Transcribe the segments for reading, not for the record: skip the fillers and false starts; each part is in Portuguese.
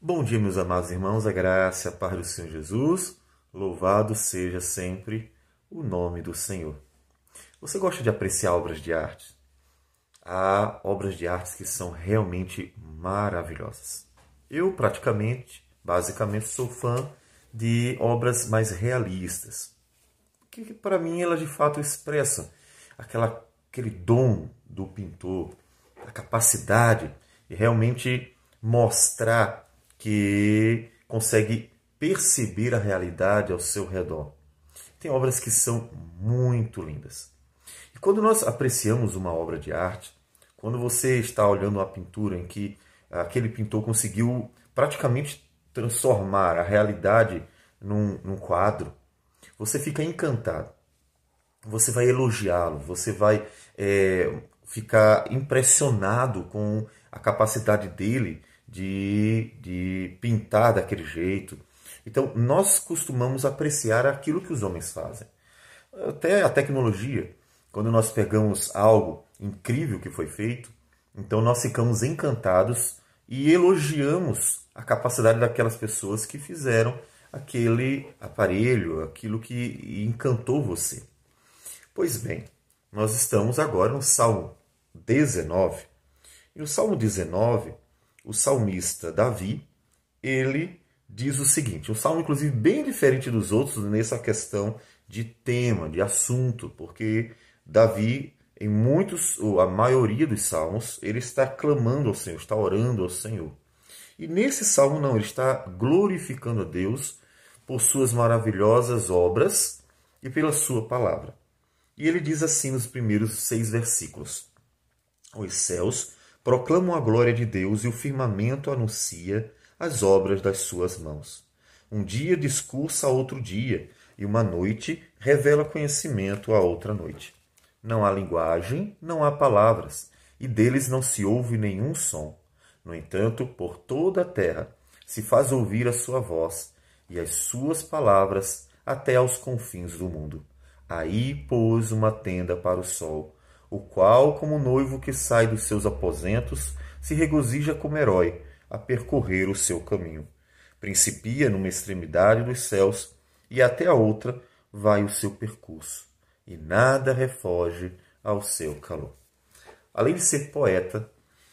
Bom dia, meus amados irmãos, a graça e a paz do Senhor Jesus, louvado seja sempre o nome do Senhor. Você gosta de apreciar obras de arte? Há obras de arte que são realmente maravilhosas. Eu basicamente, sou fã de obras mais realistas, que para mim elas de fato expressam aquele dom do pintor, a capacidade de realmente mostrar que consegue perceber a realidade ao seu redor. Tem obras que são muito lindas. E quando nós apreciamos uma obra de arte, quando você está olhando uma pintura em que aquele pintor conseguiu praticamente transformar a realidade num quadro, você fica encantado. Você vai elogiá-lo, você vai ficar impressionado com a capacidade dele de pintar daquele jeito. Então, nós costumamos apreciar aquilo que os homens fazem. Até a tecnologia, quando nós pegamos algo incrível que foi feito, então nós ficamos encantados e elogiamos a capacidade daquelas pessoas que fizeram aquele aparelho, aquilo que encantou você. Pois bem, nós estamos agora no Salmo 19. E no Salmo 19, o salmista Davi, ele diz o seguinte, um salmo inclusive bem diferente dos outros nessa questão de tema, de assunto, porque Davi, a maioria dos salmos, ele está clamando ao Senhor, está orando ao Senhor. E nesse salmo não, ele está glorificando a Deus por suas maravilhosas obras e pela sua palavra. E ele diz assim nos primeiros 6 versículos: os céus proclamam a glória de Deus e o firmamento anuncia as obras das suas mãos. Um dia discursa a outro dia, e uma noite revela conhecimento a outra noite. Não há linguagem, não há palavras, e deles não se ouve nenhum som. No entanto, por toda a terra se faz ouvir a sua voz, e as suas palavras até aos confins do mundo. Aí pôs uma tenda para o sol, o qual, como noivo que sai dos seus aposentos, se regozija como herói a percorrer o seu caminho. Principia numa extremidade dos céus e até a outra vai o seu percurso, e nada refoge ao seu calor. Além de ser poeta,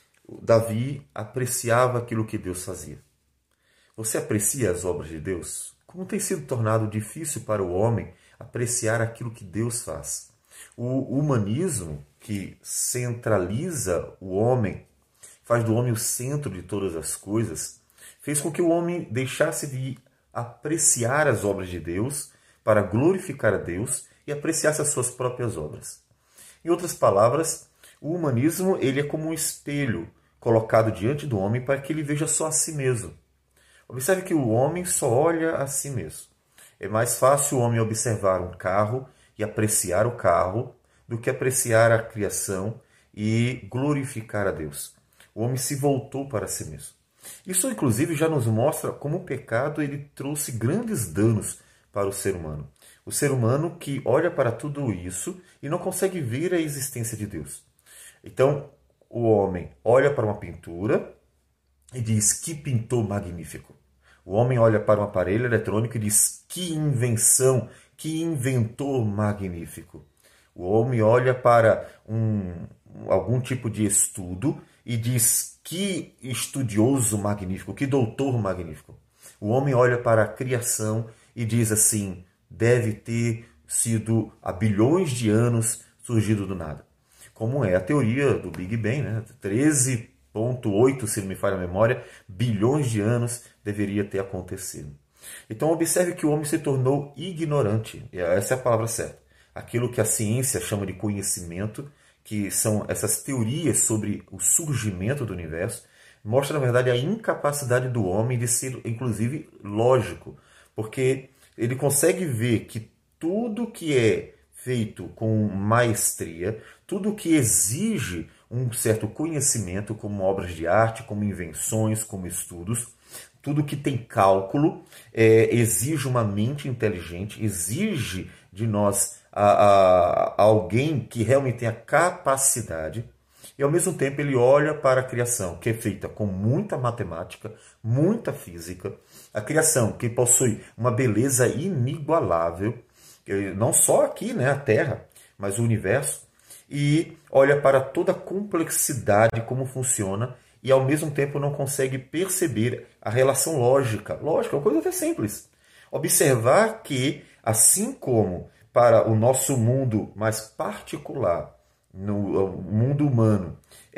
Davi apreciava aquilo que Deus fazia. Você aprecia as obras de Deus? Como tem sido tornado difícil para o homem apreciar aquilo que Deus faz? O humanismo, que centraliza o homem, faz do homem o centro de todas as coisas, fez com que o homem deixasse de apreciar as obras de Deus para glorificar a Deus e apreciasse as suas próprias obras. Em outras palavras, o humanismo ele é como um espelho colocado diante do homem para que ele veja só a si mesmo. Observe que o homem só olha a si mesmo. É mais fácil o homem observar um carro e apreciar o carro do que apreciar a criação e glorificar a Deus. O homem se voltou para si mesmo. Isso, inclusive, já nos mostra como o pecado ele trouxe grandes danos para o ser humano. O ser humano que olha para tudo isso e não consegue ver a existência de Deus. Então, o homem olha para uma pintura e diz, que pintor magnífico. O homem olha para um aparelho eletrônico e diz, que invenção, que inventor magnífico. O homem olha para algum tipo de estudo e diz, que estudioso magnífico, que doutor magnífico. O homem olha para a criação e diz assim, deve ter sido há bilhões de anos surgido do nada. Como é a teoria do Big Bang, né? 13,8, se não me falha a memória, bilhões de anos deveria ter acontecido. Então observe que o homem se tornou ignorante, essa é a palavra certa. Aquilo que a ciência chama de conhecimento, que são essas teorias sobre o surgimento do universo, mostra, na verdade, a incapacidade do homem de ser, inclusive, lógico, porque ele consegue ver que tudo que é feito com maestria, tudo que exige um certo conhecimento, como obras de arte, como invenções, como estudos, tudo que tem cálculo, exige uma mente inteligente, exige de nós alguém que realmente tem a capacidade. e ao mesmo tempo ele olha para a criação, que é feita com muita matemática, muita física, a criação que possui uma beleza inigualável, não só aqui, né, a Terra, mas o universo, e olha para toda a complexidade, como funciona, e ao mesmo tempo não consegue perceber a relação lógica. Lógica é uma coisa até simples. Observar que, assim como para o nosso mundo mais particular, no mundo humano,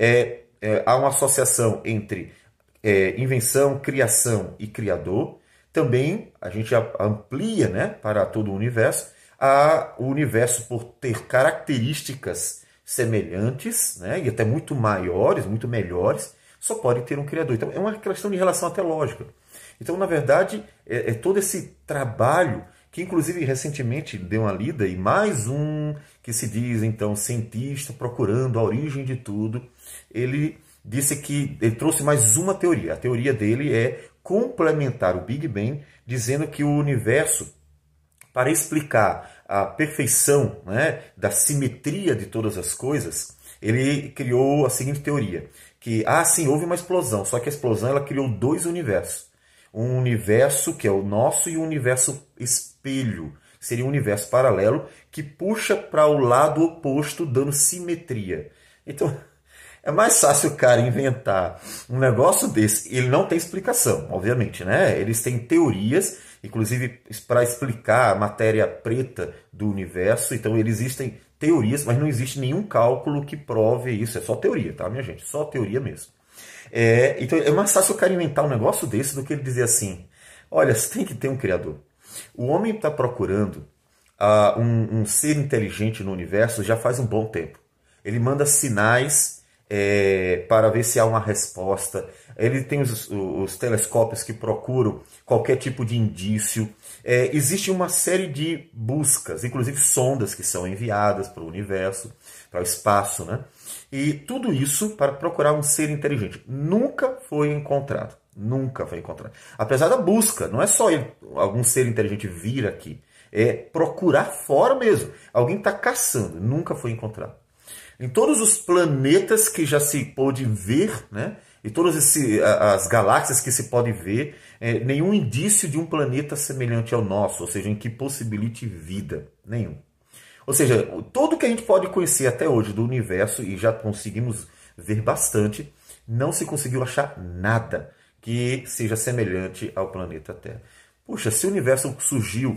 há uma associação entre invenção, criação e criador, também a gente amplia, né, para todo o universo, o universo, por ter características semelhantes, né, e até muito maiores, muito melhores, só pode ter um criador. Então é uma questão de relação até lógica. Então, na verdade, é todo esse trabalho que, inclusive, recentemente deu uma lida, e mais um que se diz, então, cientista procurando a origem de tudo, ele disse que ele trouxe mais uma teoria. A teoria dele é complementar o Big Bang, dizendo que o universo, para explicar a perfeição, né, da simetria de todas as coisas, ele criou a seguinte teoria, que, sim, houve uma explosão, só que a explosão ela criou dois universos. Um universo que é o nosso e um universo espelho. Seria um universo paralelo que puxa para o lado oposto, dando simetria. Então, é mais fácil o cara inventar um negócio desse. Ele não tem explicação, obviamente, né? Eles têm teorias, inclusive para explicar a matéria preta do universo. Então, existem teorias, mas não existe nenhum cálculo que prove isso. É só teoria, tá, minha gente? Só teoria mesmo. Então, é mais fácil o cara inventar um negócio desse do que ele dizer assim, olha, você tem que ter um criador. O homem está procurando um ser inteligente no universo já faz um bom tempo. Ele manda sinais para ver se há uma resposta. Ele tem os telescópios que procuram qualquer tipo de indício. Existe uma série de buscas, inclusive sondas que são enviadas para o universo, para o espaço, né? E tudo isso para procurar um ser inteligente. Nunca foi encontrado. Nunca foi encontrado. Apesar da busca, não é só algum ser inteligente vir aqui. É procurar fora mesmo. Alguém está caçando. Nunca foi encontrado. Em todos os planetas que já se pôde ver, né? E todas as galáxias que se pode ver, nenhum indício de um planeta semelhante ao nosso, ou seja, em que possibilite vida. Nenhum. Ou seja, tudo que a gente pode conhecer até hoje do universo, e já conseguimos ver bastante, não se conseguiu achar nada que seja semelhante ao planeta Terra. Puxa, se o universo surgiu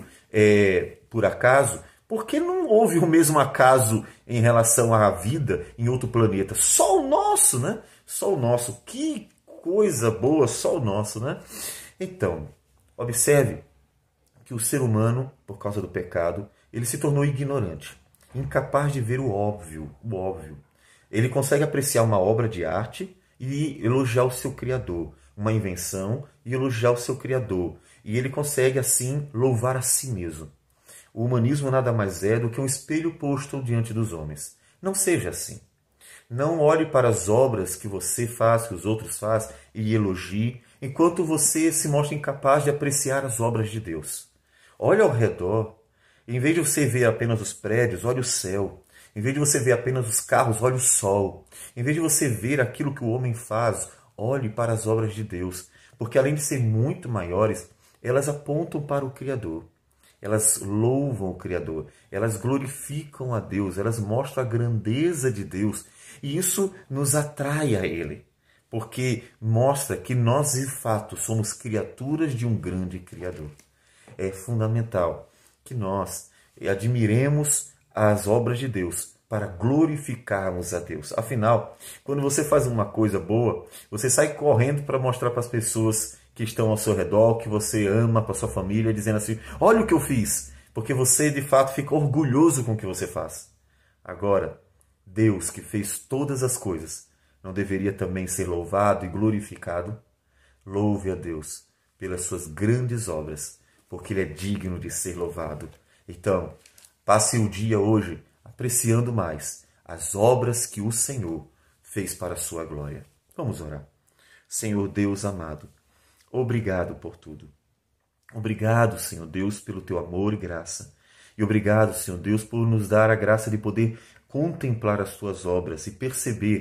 por acaso, por que não houve o mesmo acaso em relação à vida em outro planeta? Só o nosso, né? Só o nosso. Que coisa boa, só o nosso, né? Então, observe que o ser humano, por causa do pecado, ele se tornou ignorante, incapaz de ver o óbvio, o óbvio. Ele consegue apreciar uma obra de arte e elogiar o seu criador, uma invenção e elogiar o seu criador. E ele consegue, assim, louvar a si mesmo. O humanismo nada mais é do que um espelho posto diante dos homens. Não seja assim. Não olhe para as obras que você faz, que os outros fazem, e elogie, enquanto você se mostra incapaz de apreciar as obras de Deus. Olhe ao redor. Em vez de você ver apenas os prédios, olhe o céu. Em vez de você ver apenas os carros, olhe o sol. Em vez de você ver aquilo que o homem faz, olhe para as obras de Deus. Porque além de ser muito maiores, elas apontam para o Criador. Elas louvam o Criador. Elas glorificam a Deus. Elas mostram a grandeza de Deus. E isso nos atrai a Ele. Porque mostra que nós, de fato, somos criaturas de um grande Criador. É fundamental que nós admiremos as obras de Deus para glorificarmos a Deus. Afinal, quando você faz uma coisa boa, você sai correndo para mostrar para as pessoas que estão ao seu redor, que você ama, para sua família, dizendo assim, olha o que eu fiz, porque você de fato fica orgulhoso com o que você faz. Agora, Deus que fez todas as coisas, não deveria também ser louvado e glorificado? Louve a Deus pelas suas grandes obras, porque Ele é digno de ser louvado. Então, passe o dia hoje apreciando mais as obras que o Senhor fez para a sua glória. Vamos orar. Senhor Deus amado, obrigado por tudo. Obrigado, Senhor Deus, pelo teu amor e graça. E obrigado, Senhor Deus, por nos dar a graça de poder contemplar as tuas obras e perceber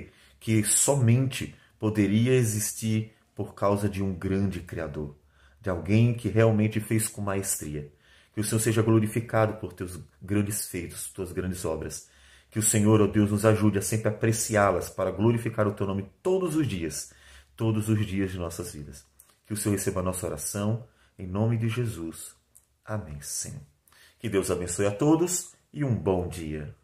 que somente poderia existir por causa de um grande Criador, de alguém que realmente fez com maestria. Que o Senhor seja glorificado por teus grandes feitos, tuas grandes obras. Que o Senhor, ó Deus, nos ajude a sempre apreciá-las para glorificar o teu nome todos os dias de nossas vidas. Que o Senhor receba a nossa oração, em nome de Jesus. Amém, Senhor. Que Deus abençoe a todos e um bom dia.